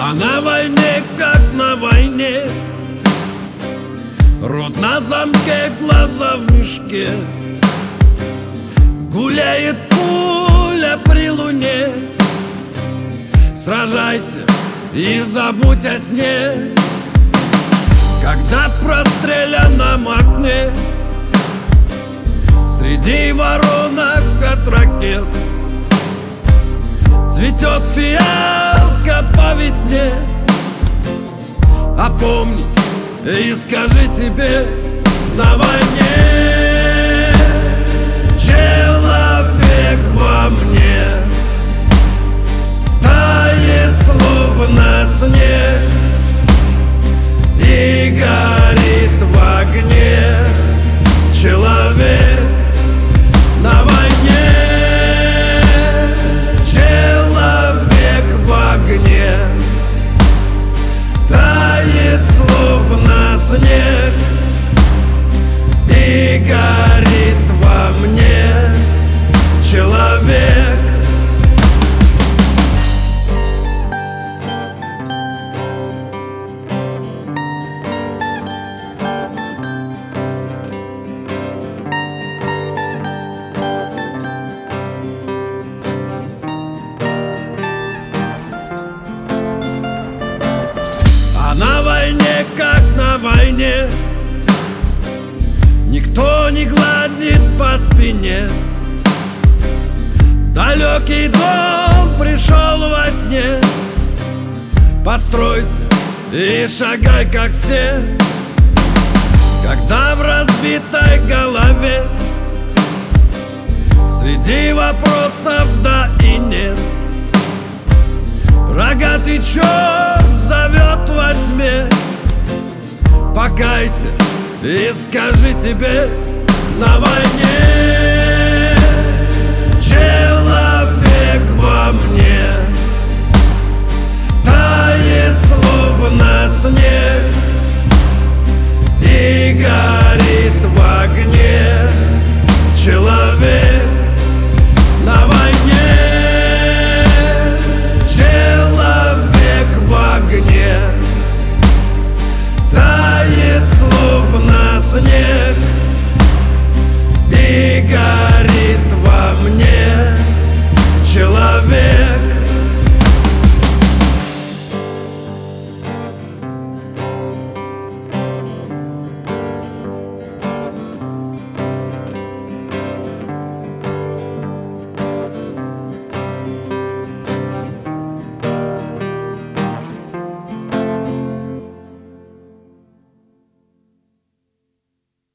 А на войне, как на войне, рот на замке, глаза в мешке. Гуляет пуля при луне. Сражайся и забудь о сне. Когда простреляном окне среди воронок от ракет цветет фиалка по весне. Опомнись и скажи себе: на войне человек во мне тает словно снег и горит в огне. Человек на войне, человек в огне тает словно снег и горит во мне. Человек. А на войне, как на войне, никто не гладит по спине. Далекий дом пришел во сне. Постройся и шагай, как все. Когда в разбитой голове среди вопросов да и нет рогатый черт зовет во тьме. Покайся и скажи себе: на войне человек во мне тает словно снег и горит в огне. Человек на войне, человек в огне тает словно снег и горит во мне. Человек.